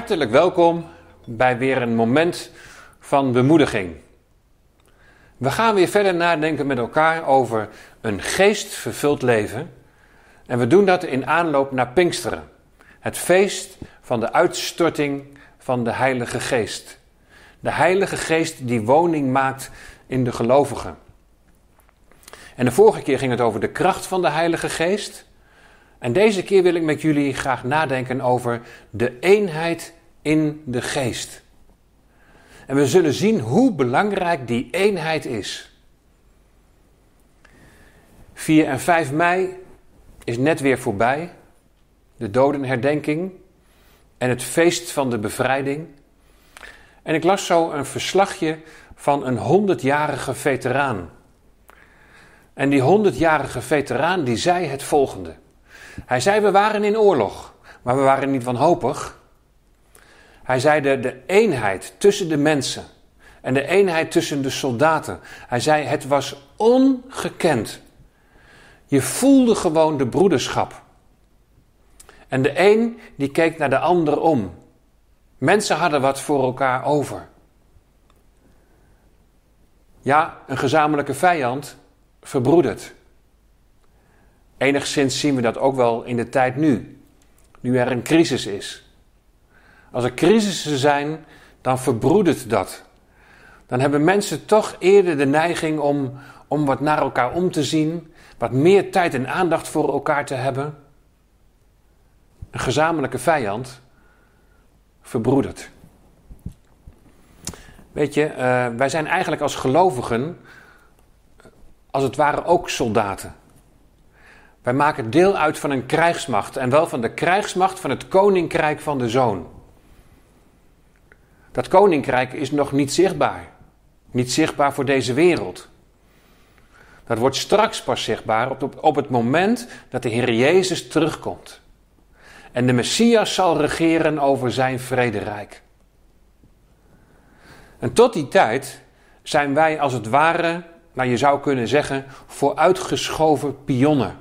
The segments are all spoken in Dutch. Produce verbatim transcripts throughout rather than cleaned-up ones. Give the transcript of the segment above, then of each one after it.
Hartelijk welkom bij weer een moment van bemoediging. We gaan weer verder nadenken met elkaar over een geestvervuld leven. En we doen dat in aanloop naar Pinksteren. Het feest van de uitstorting van de Heilige Geest. De Heilige Geest die woning maakt in de gelovigen. En de vorige keer ging het over de kracht van de Heilige Geest. En deze keer wil ik met jullie graag nadenken over de eenheid in de geest. En we zullen zien hoe belangrijk die eenheid is. vier en vijf mei is net weer voorbij. De dodenherdenking en het feest van de bevrijding. En ik las zo een verslagje van een honderdjarige veteraan. En die honderdjarige veteraan die zei het volgende. Hij zei, we waren in oorlog, maar we waren niet wanhopig. Hij zei de, de eenheid tussen de mensen en de eenheid tussen de soldaten. Hij zei, het was ongekend. Je voelde gewoon de broederschap. En de een die keek naar de ander om. Mensen hadden wat voor elkaar over. Ja, een gezamenlijke vijand verbroedert. Enigszins zien we dat ook wel in de tijd nu. Nu er een crisis is. Als er crisissen zijn, dan verbroedert dat. Dan hebben mensen toch eerder de neiging om, om wat naar elkaar om te zien. Wat meer tijd en aandacht voor elkaar te hebben. Een gezamenlijke vijand verbroedert. Weet je, uh, wij zijn eigenlijk als gelovigen, als het ware ook soldaten. Wij maken deel uit van een krijgsmacht en wel van de krijgsmacht van het koninkrijk van de Zoon. Dat koninkrijk is nog niet zichtbaar. Niet zichtbaar voor deze wereld. Dat wordt straks pas zichtbaar op, op het moment dat de Heer Jezus terugkomt. En de Messias zal regeren over zijn vrederijk. En tot die tijd zijn wij als het ware, nou je zou kunnen zeggen, vooruitgeschoven pionnen.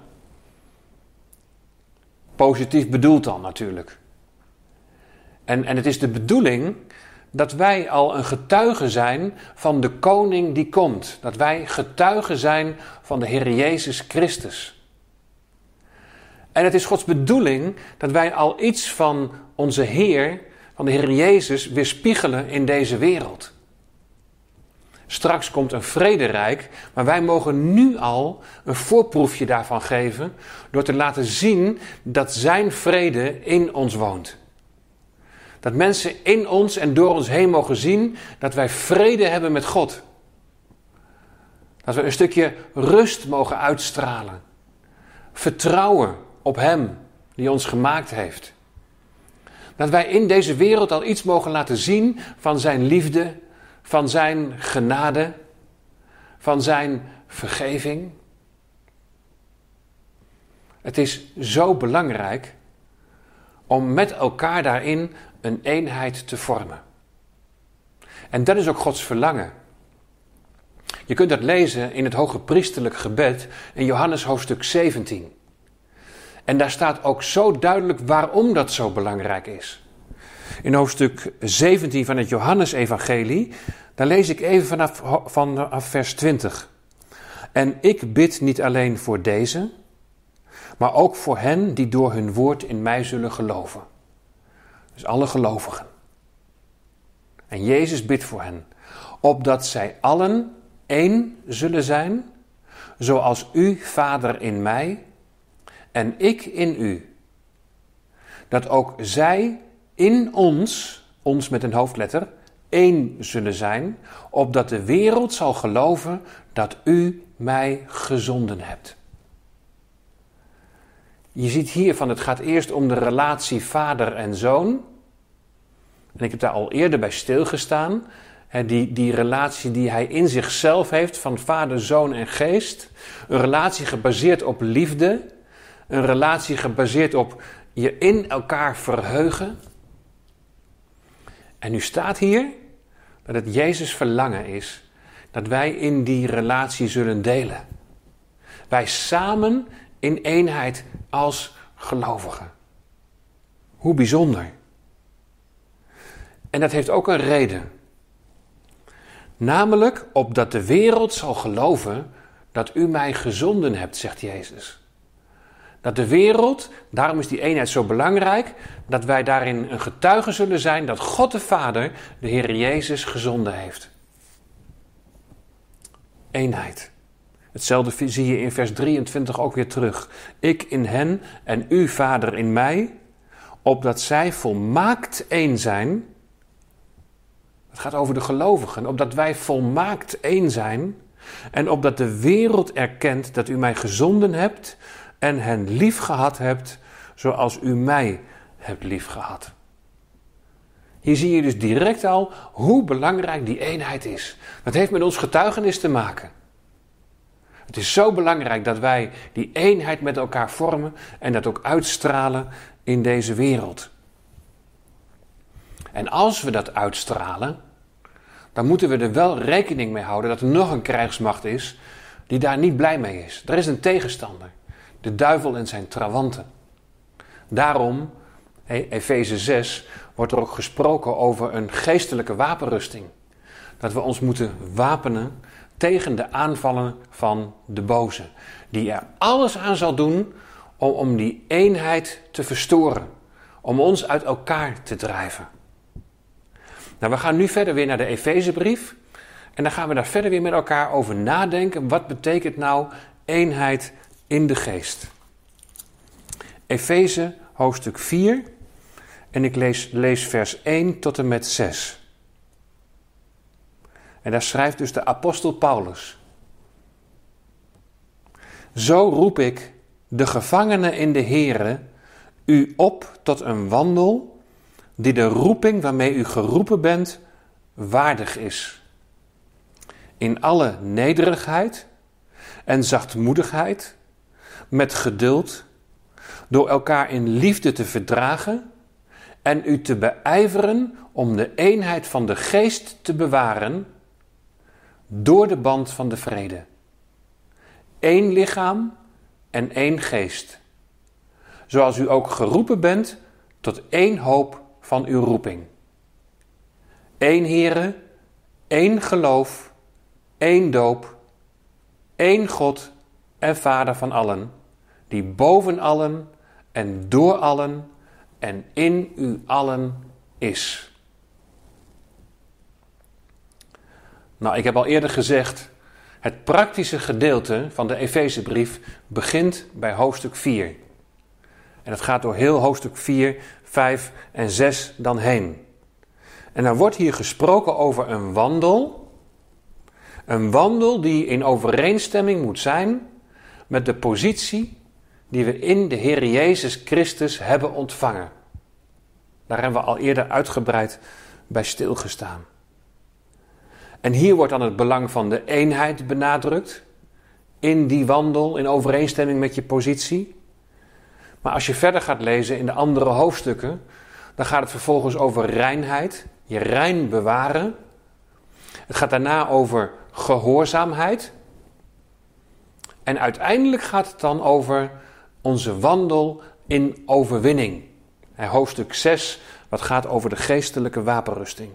Positief bedoeld dan natuurlijk. En, en het is de bedoeling dat wij al een getuige zijn van de koning die komt. Dat wij getuigen zijn van de Heer Jezus Christus. En het is Gods bedoeling dat wij al iets van onze Heer, van de Heer Jezus, weerspiegelen in deze wereld. Straks komt een vrederijk, maar wij mogen nu al een voorproefje daarvan geven door te laten zien dat zijn vrede in ons woont. Dat mensen in ons en door ons heen mogen zien dat wij vrede hebben met God. Dat we een stukje rust mogen uitstralen. Vertrouwen op Hem die ons gemaakt heeft. Dat wij in deze wereld al iets mogen laten zien van zijn liefde, van zijn genade, van zijn vergeving. Het is zo belangrijk om met elkaar daarin een eenheid te vormen. En dat is ook Gods verlangen. Je kunt dat lezen in het hogepriesterlijk gebed in Johannes hoofdstuk zeventien. En daar staat ook zo duidelijk waarom dat zo belangrijk is. In hoofdstuk zeventien van het Johannesevangelie, daar lees ik even vanaf, vanaf vers twintig. En ik bid niet alleen voor deze, maar ook voor hen die door hun woord in mij zullen geloven. Dus alle gelovigen. En Jezus bidt voor hen, opdat zij allen één zullen zijn, zoals u, Vader, in mij en ik in u. Dat ook zij in ons, ons met een hoofdletter, één zullen zijn, opdat de wereld zal geloven dat u mij gezonden hebt. Je ziet hiervan, het gaat eerst om de relatie vader en zoon. En ik heb daar al eerder bij stilgestaan. Die, die relatie die hij in zichzelf heeft van vader, zoon en geest. Een relatie gebaseerd op liefde. Een relatie gebaseerd op je in elkaar verheugen. En nu staat hier dat het Jezus' verlangen is dat wij in die relatie zullen delen. Wij samen in eenheid als gelovigen. Hoe bijzonder. En dat heeft ook een reden. Namelijk opdat de wereld zal geloven dat u mij gezonden hebt, zegt Jezus. Dat de wereld, daarom is die eenheid zo belangrijk, dat wij daarin een getuige zullen zijn dat God de Vader de Heer Jezus gezonden heeft. Eenheid. Hetzelfde zie je in vers drieëntwintig ook weer terug. Ik in hen en u, Vader, in mij, opdat zij volmaakt één zijn. Het gaat over de gelovigen, opdat wij volmaakt één zijn en opdat de wereld erkent dat u mij gezonden hebt en hen lief gehad hebt zoals u mij hebt lief gehad. Hier zie je dus direct al hoe belangrijk die eenheid is. Dat heeft met ons getuigenis te maken. Het is zo belangrijk dat wij die eenheid met elkaar vormen en dat ook uitstralen in deze wereld. En als we dat uitstralen, dan moeten we er wel rekening mee houden dat er nog een krijgsmacht is die daar niet blij mee is. Er is een tegenstander, de duivel en zijn trawanten. Daarom, Efeze zes, wordt er ook gesproken over een geestelijke wapenrusting. Dat we ons moeten wapenen tegen de aanvallen van de boze. Die er alles aan zal doen om, om die eenheid te verstoren. Om ons uit elkaar te drijven. Nou, we gaan nu verder weer naar de Efezebrief. En dan gaan we daar verder weer met elkaar over nadenken. Wat betekent nou eenheid in de geest? Efeze hoofdstuk vier. En ik lees, lees vers één tot en met zes. En daar schrijft dus de apostel Paulus. Zo roep ik, de gevangenen in de Here, u op tot een wandel die de roeping waarmee u geroepen bent waardig is. In alle nederigheid en zachtmoedigheid, met geduld, door elkaar in liefde te verdragen en u te beijveren om de eenheid van de geest te bewaren door de band van de vrede. Eén lichaam en één geest. Zoals u ook geroepen bent tot één hoop van uw roeping. Eén Here, één geloof, één doop, één God en Vader van allen, die boven allen en door allen en in u allen is. Nou, ik heb al eerder gezegd, het praktische gedeelte van de Efezebrief begint bij hoofdstuk vier. En het gaat door heel hoofdstuk vier, vijf en zes dan heen. En dan wordt hier gesproken over een wandel. Een wandel die in overeenstemming moet zijn met de positie die we in de Heer Jezus Christus hebben ontvangen. Daar hebben we al eerder uitgebreid bij stilgestaan. En hier wordt dan het belang van de eenheid benadrukt. In die wandel, in overeenstemming met je positie. Maar als je verder gaat lezen in de andere hoofdstukken, dan gaat het vervolgens over reinheid. Je rein bewaren. Het gaat daarna over gehoorzaamheid. En uiteindelijk gaat het dan over onze wandel in overwinning. En hoofdstuk zes, wat gaat over de geestelijke wapenrusting.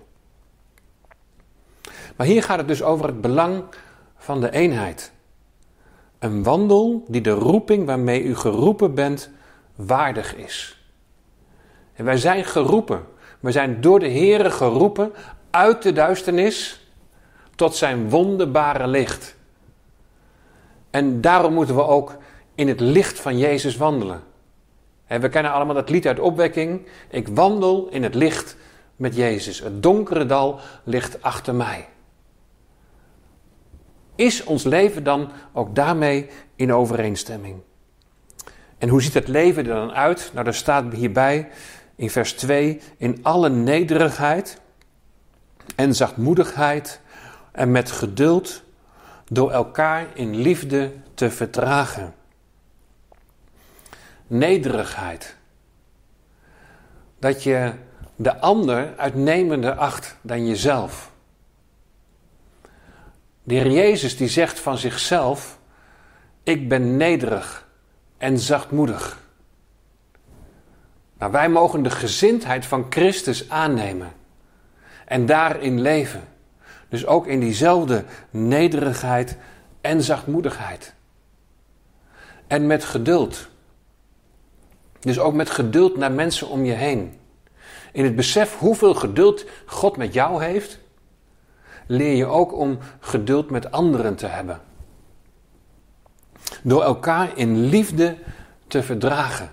Maar hier gaat het dus over het belang van de eenheid. Een wandel die de roeping waarmee u geroepen bent waardig is. En wij zijn geroepen. We zijn door de Heere geroepen uit de duisternis tot zijn wonderbare licht. En daarom moeten we ook in het licht van Jezus wandelen. En we kennen allemaal dat lied uit Opwekking. Ik wandel in het licht met Jezus. Het donkere dal ligt achter mij. Is ons leven dan ook daarmee in overeenstemming? En hoe ziet het leven er dan uit? Nou, daar staat hierbij in vers twee, in alle nederigheid en zachtmoedigheid en met geduld door elkaar in liefde te verdragen. Nederigheid. Dat je de ander uitnemender acht dan jezelf. De Heer Jezus die zegt van zichzelf, ik ben nederig en zachtmoedig. Maar wij mogen de gezindheid van Christus aannemen. en daarin leven. Dus ook in diezelfde nederigheid en zachtmoedigheid. En met geduld. Dus ook met geduld naar mensen om je heen. In het besef hoeveel geduld God met jou heeft, leer je ook om geduld met anderen te hebben. Door elkaar in liefde te verdragen.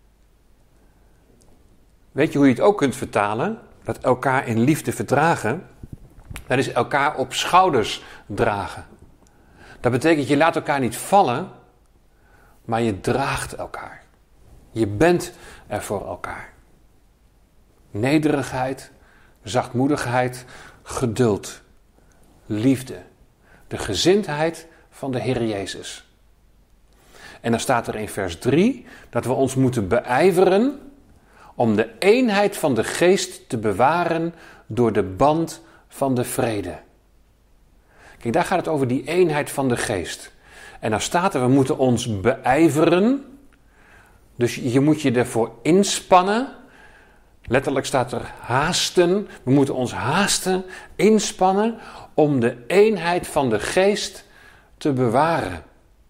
Weet je hoe je het ook kunt vertalen? Dat elkaar in liefde verdragen, dat is elkaar op schouders dragen. Dat betekent je laat elkaar niet vallen, maar je draagt elkaar. Je bent er voor elkaar. Nederigheid, zachtmoedigheid, geduld, liefde. De gezindheid van de Heer Jezus. En dan staat er in vers drie dat we ons moeten beijveren om de eenheid van de geest te bewaren door de band van de vrede. Kijk, daar gaat het over die eenheid van de geest. En dan staat er, we moeten ons beijveren. Dus je moet je ervoor inspannen. Letterlijk staat er haasten. We moeten ons haasten, inspannen om de eenheid van de geest te bewaren.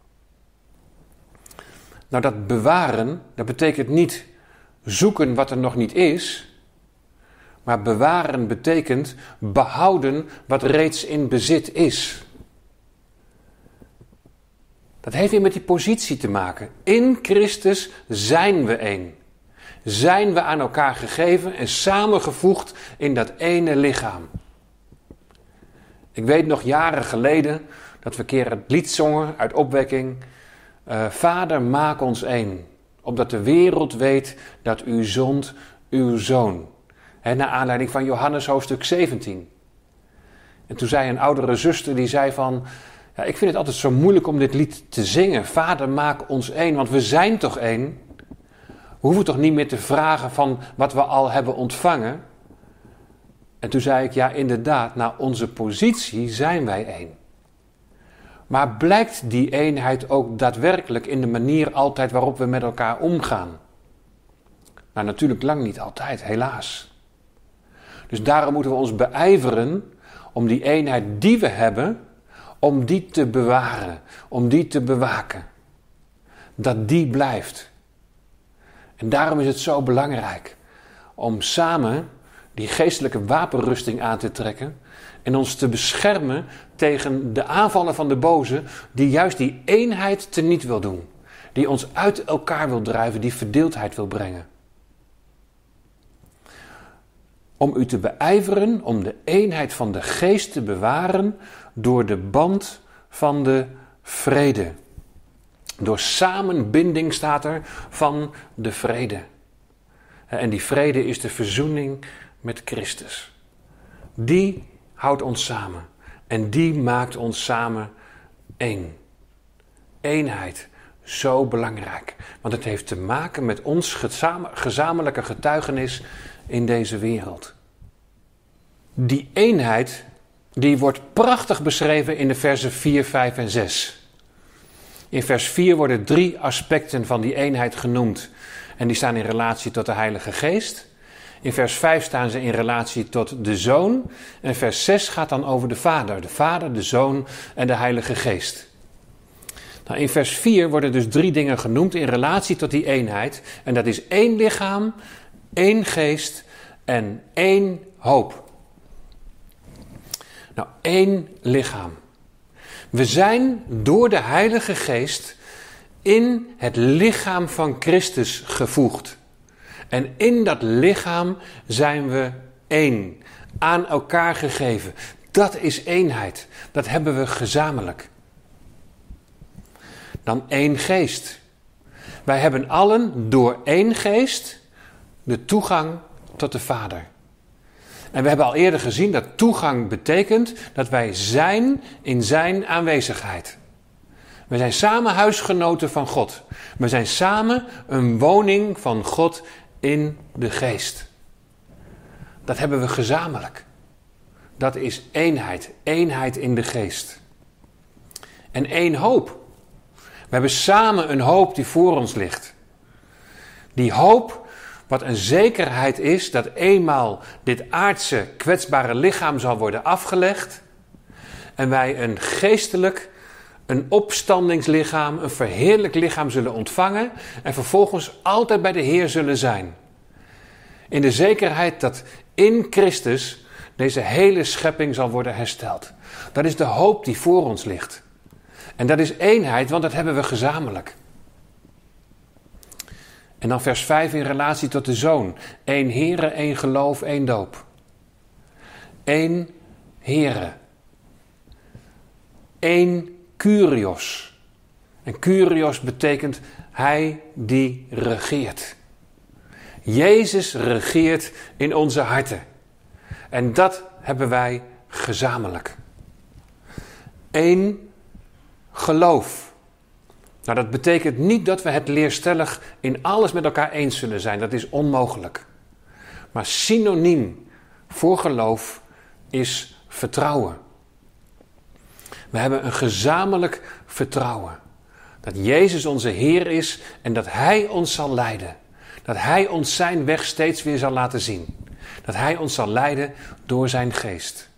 Nou, dat bewaren, dat betekent niet zoeken wat er nog niet is. Maar bewaren betekent behouden wat reeds in bezit is. Dat heeft weer met die positie te maken. In Christus zijn we één. Zijn we aan elkaar gegeven en samengevoegd in dat ene lichaam. Ik weet nog jaren geleden dat we een keer het lied zongen uit opwekking. Uh, Vader, maak ons één. Opdat de wereld weet dat u zond uw zoon. He, naar aanleiding van Johannes hoofdstuk zeventien. En toen zei een oudere zuster, die zei van... Ja, ik vind het altijd zo moeilijk om dit lied te zingen. Vader, maak ons één, want we zijn toch één. We hoeven toch niet meer te vragen van wat we al hebben ontvangen. En toen zei ik, ja inderdaad, naar onze positie zijn wij één. Maar blijkt die eenheid ook daadwerkelijk in de manier altijd waarop we met elkaar omgaan? Nou, natuurlijk lang niet altijd, helaas. Dus daarom moeten we ons beijveren om die eenheid die we hebben, om die te bewaren, om die te bewaken. Dat die blijft. En daarom is het zo belangrijk om samen die geestelijke wapenrusting aan te trekken en ons te beschermen tegen de aanvallen van de boze die juist die eenheid teniet wil doen. Die ons uit elkaar wil drijven, die verdeeldheid wil brengen. Om u te beijveren, om de eenheid van de geest te bewaren door de band van de vrede. Door samenbinding staat er van de vrede. En die vrede is de verzoening met Christus. Die houdt ons samen. En die maakt ons samen één. Eenheid, zo belangrijk. Want het heeft te maken met ons gezamenlijke getuigenis in deze wereld. Die eenheid, die wordt prachtig beschreven in de versen vier, vijf en zes. In vers vier worden drie aspecten van die eenheid genoemd. En die staan in relatie tot de Heilige Geest. In vers vijf staan ze in relatie tot de Zoon. En vers zes gaat dan over de Vader. De Vader, de Zoon en de Heilige Geest. Nou, in vers vier worden dus drie dingen genoemd in relatie tot die eenheid. En dat is één lichaam, één geest en één hoop. Nou, één lichaam. We zijn door de Heilige Geest in het lichaam van Christus gevoegd. En in dat lichaam zijn we één, aan elkaar gegeven. Dat is eenheid. Dat hebben we gezamenlijk. Dan één geest. Wij hebben allen door één geest de toegang tot de Vader. En we hebben al eerder gezien dat toegang betekent dat wij zijn in zijn aanwezigheid. We zijn samen huisgenoten van God. We zijn samen een woning van God in de geest. Dat hebben we gezamenlijk. Dat is eenheid. Eenheid in de geest. En één hoop. We hebben samen een hoop die voor ons ligt. Die hoop Wat een zekerheid is dat eenmaal dit aardse kwetsbare lichaam zal worden afgelegd. En wij een geestelijk, een opstandingslichaam, een verheerlijk lichaam zullen ontvangen. En vervolgens altijd bij de Heer zullen zijn. In de zekerheid dat in Christus deze hele schepping zal worden hersteld. Dat is de hoop die voor ons ligt. En dat is eenheid, want dat hebben we gezamenlijk. En dan vers vijf in relatie tot de Zoon. Eén Here, één geloof, één doop. Eén Here. Eén Kyrios. En Kyrios betekent hij die regeert. Jezus regeert in onze harten. En dat hebben wij gezamenlijk. Eén geloof. Nou, dat betekent niet dat we het leerstellig in alles met elkaar eens zullen zijn. Dat is onmogelijk. Maar synoniem voor geloof is vertrouwen. We hebben een gezamenlijk vertrouwen. Dat Jezus onze Heer is en dat Hij ons zal leiden. Dat Hij ons zijn weg steeds weer zal laten zien. Dat Hij ons zal leiden door zijn geest.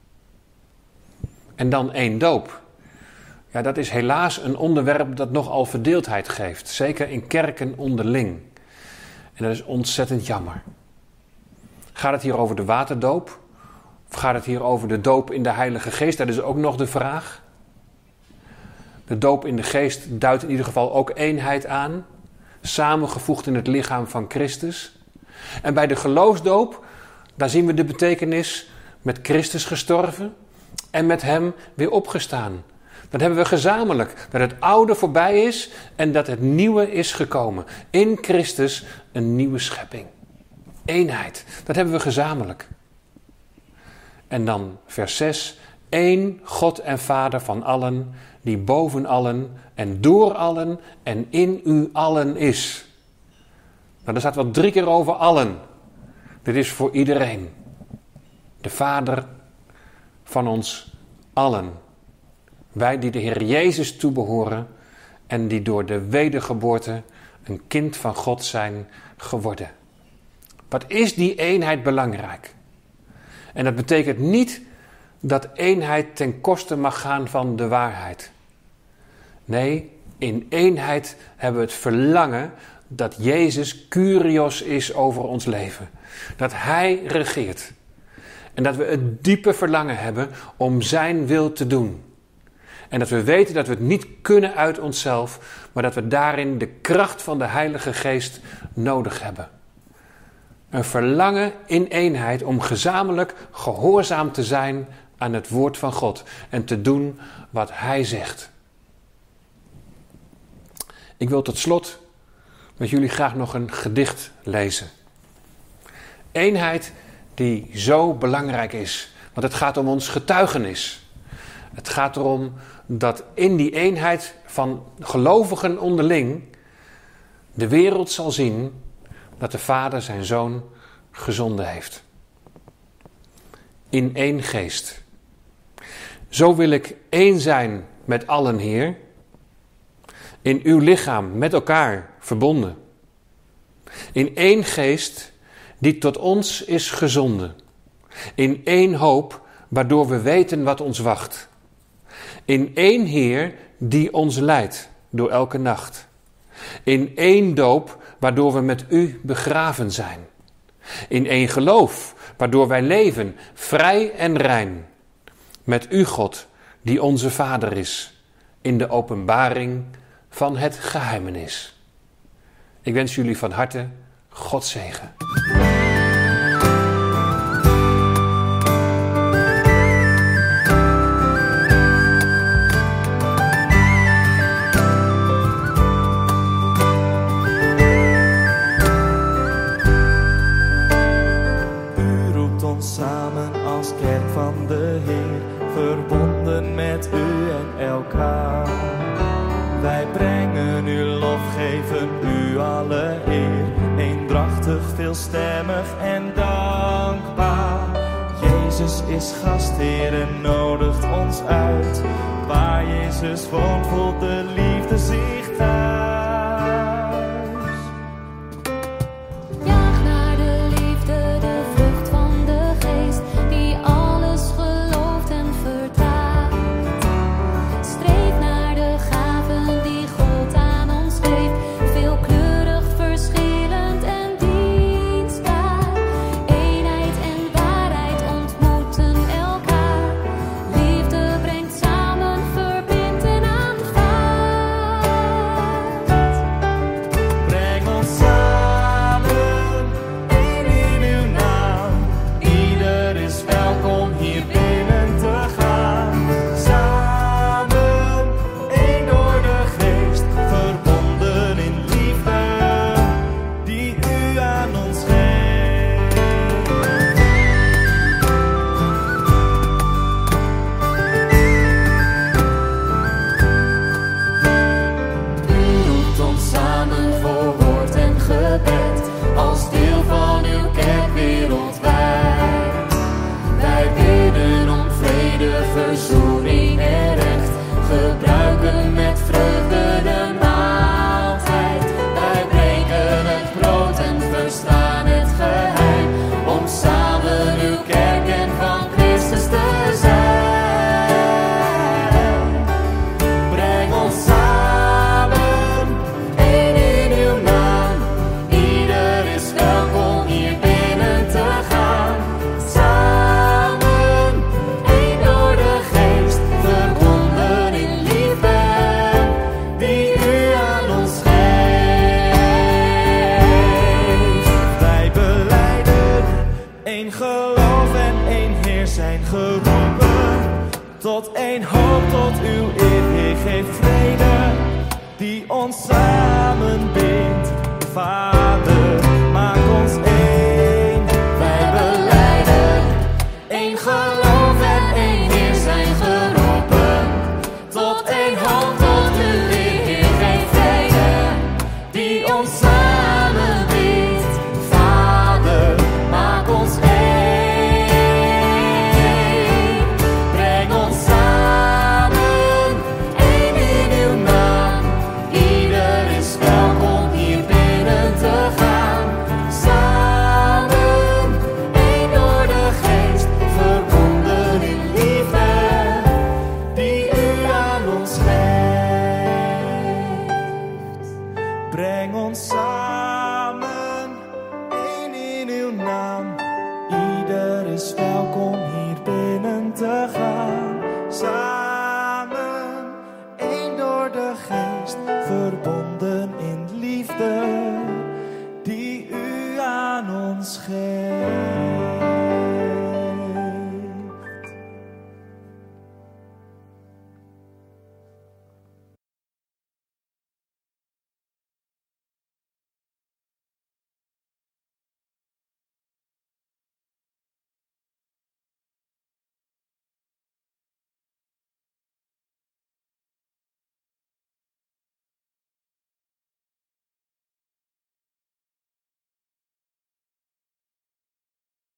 En dan één doop. Ja, dat is helaas een onderwerp dat nogal verdeeldheid geeft. Zeker in kerken onderling. En dat is ontzettend jammer. Gaat het hier over de waterdoop? Of gaat het hier over de doop in de Heilige Geest? Dat is ook nog de vraag. De doop in de geest duidt in ieder geval ook eenheid aan. Samengevoegd in het lichaam van Christus. En bij de geloofsdoop, daar zien we de betekenis met Christus gestorven en met hem weer opgestaan. Dat hebben we gezamenlijk. Dat het oude voorbij is en dat het nieuwe is gekomen. In Christus een nieuwe schepping. Eenheid. Dat hebben we gezamenlijk. En dan vers zes. Eén God en Vader van allen, die boven allen en door allen en in u allen is. Nou, er staat wel drie keer over allen. Dit is voor iedereen. De Vader van ons allen. Wij die de Heer Jezus toebehoren en die door de wedergeboorte een kind van God zijn geworden. Wat is die eenheid belangrijk? En dat betekent niet dat eenheid ten koste mag gaan van de waarheid. Nee, in eenheid hebben we het verlangen dat Jezus Kyrios is over ons leven. Dat Hij regeert. En dat we het diepe verlangen hebben om zijn wil te doen. En dat we weten dat we het niet kunnen uit onszelf, maar dat we daarin de kracht van de Heilige Geest nodig hebben. Een verlangen in eenheid om gezamenlijk gehoorzaam te zijn aan het woord van God en te doen wat Hij zegt. Ik wil tot slot met jullie graag nog een gedicht lezen. Eenheid die zo belangrijk is, want het gaat om ons getuigenis. Het gaat erom dat in die eenheid van gelovigen onderling de wereld zal zien dat de Vader zijn Zoon gezonden heeft. In één geest. Zo wil ik één zijn met allen, Heer. In uw lichaam met elkaar verbonden. In één geest die tot ons is gezonden. In één hoop waardoor we weten wat ons wacht. In één Heer die ons leidt door elke nacht. In één doop waardoor we met u begraven zijn. In één geloof waardoor wij leven vrij en rein. Met u God die onze Vader is. In de openbaring van het geheimenis. Ik wens jullie van harte Gods zegen. Samen als kerk van de Heer, verbonden met u en elkaar. Wij brengen u lof, geven u alle eer, eendrachtig, veelstemmig en dankbaar. Jezus is gastheer en nodigt ons uit. Waar Jezus woont, voelt de liefde zich thuis. Ja. die ons samen bindt. Vader,